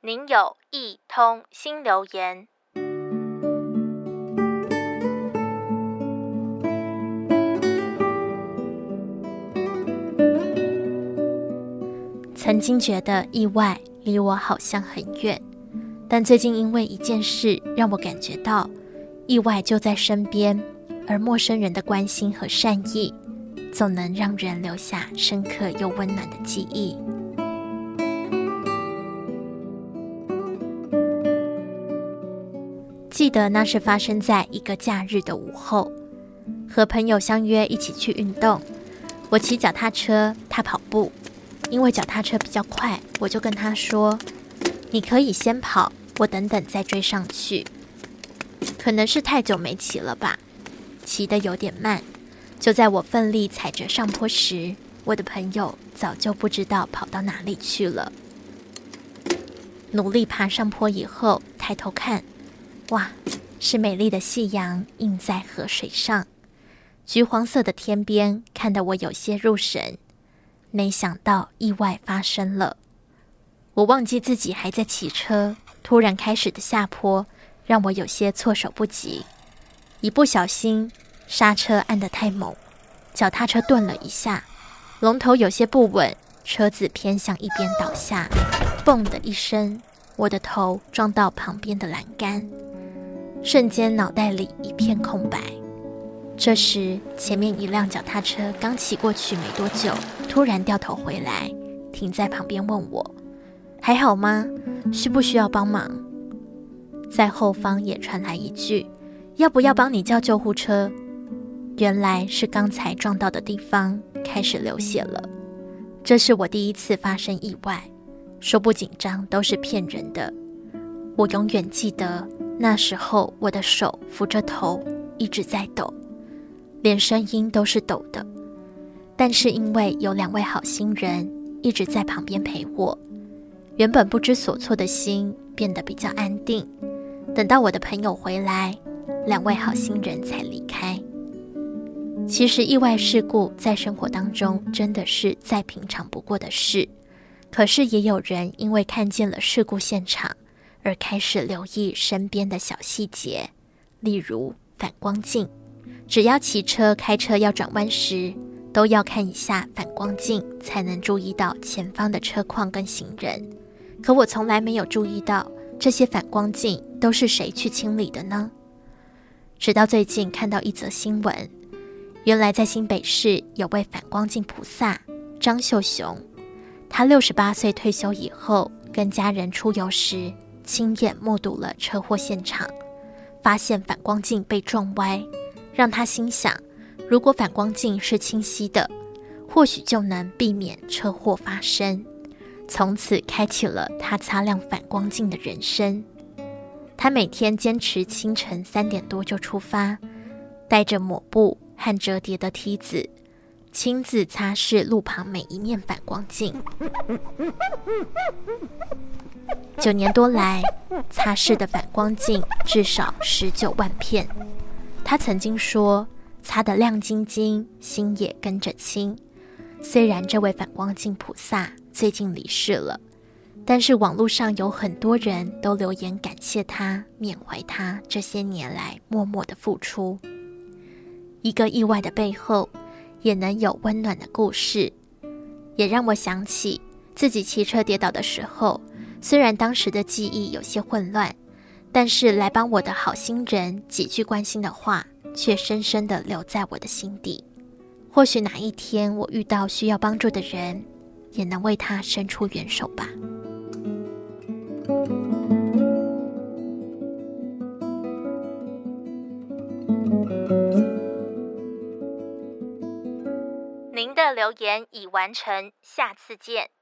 您有一通新留言。曾经觉得意外离我好像很远，但最近因为一件事让我感觉到意外就在身边，而陌生人的关心和善意总能让人留下深刻又温暖的记忆。记得那是发生在一个假日的午后，和朋友相约一起去运动。我骑脚踏车，他跑步。因为脚踏车比较快，我就跟他说，你可以先跑，我等等再追上去。可能是太久没骑了吧，骑得有点慢。就在我奋力踩着上坡时，我的朋友早就不知道跑到哪里去了。努力爬上坡以后，抬头看，哇，是美丽的夕阳映在河水上，橘黄色的天边看得我有些入神。没想到意外发生了，我忘记自己还在骑车，突然开始的下坡让我有些措手不及，一不小心刹车按得太猛，脚踏车顿了一下，龙头有些不稳，车子偏向一边倒下，嘣的一声，我的头撞到旁边的栏杆，瞬间脑袋里一片空白。这时前面一辆脚踏车刚骑过去没多久，突然掉头回来，停在旁边问我还好吗？需不需要帮忙？在后方也传来一句，要不要帮你叫救护车？原来是刚才撞到的地方开始流血了。这是我第一次发生意外，说不紧张都是骗人的。我永远记得那时候我的手扶着头一直在抖，连声音都是抖的，但是因为有2位好心人一直在旁边陪我，原本不知所措的心变得比较安定。等到我的朋友回来，2位好心人才离开。其实意外事故在生活当中真的是再平常不过的事，可是也有人因为看见了事故现场而开始留意身边的小细节，例如反光镜。只要骑车开车要转弯时，都要看一下反光镜，才能注意到前方的车况跟行人。可我从来没有注意到这些反光镜都是谁去清理的呢？直到最近看到一则新闻，原来在新北市有位反光镜菩萨张秀雄，他68岁退休以后，跟家人出游时亲眼目睹了车祸现场，发现反光镜被撞歪，让他心想，如果反光镜是清晰的，或许就能避免车祸发生。从此开启了他擦亮反光镜的人生。他每天坚持清晨3点多就出发，带着抹布和折叠的梯子，亲自擦拭路旁每一面反光镜。9年多来，擦拭的反光镜至少19万片。他曾经说，擦得亮晶晶，心也跟着清。虽然这位反光镜菩萨最近离世了，但是网络上有很多人都留言感谢他，缅怀他这些年来默默的付出。一个意外的背后，也能有温暖的故事，也让我想起自己骑车跌倒的时候，虽然当时的记忆有些混乱，但是来帮我的好心人几句关心的话，却深深地留在我的心底。或许哪一天我遇到需要帮助的人，也能为他伸出援手吧。您的留言已完成，下次见。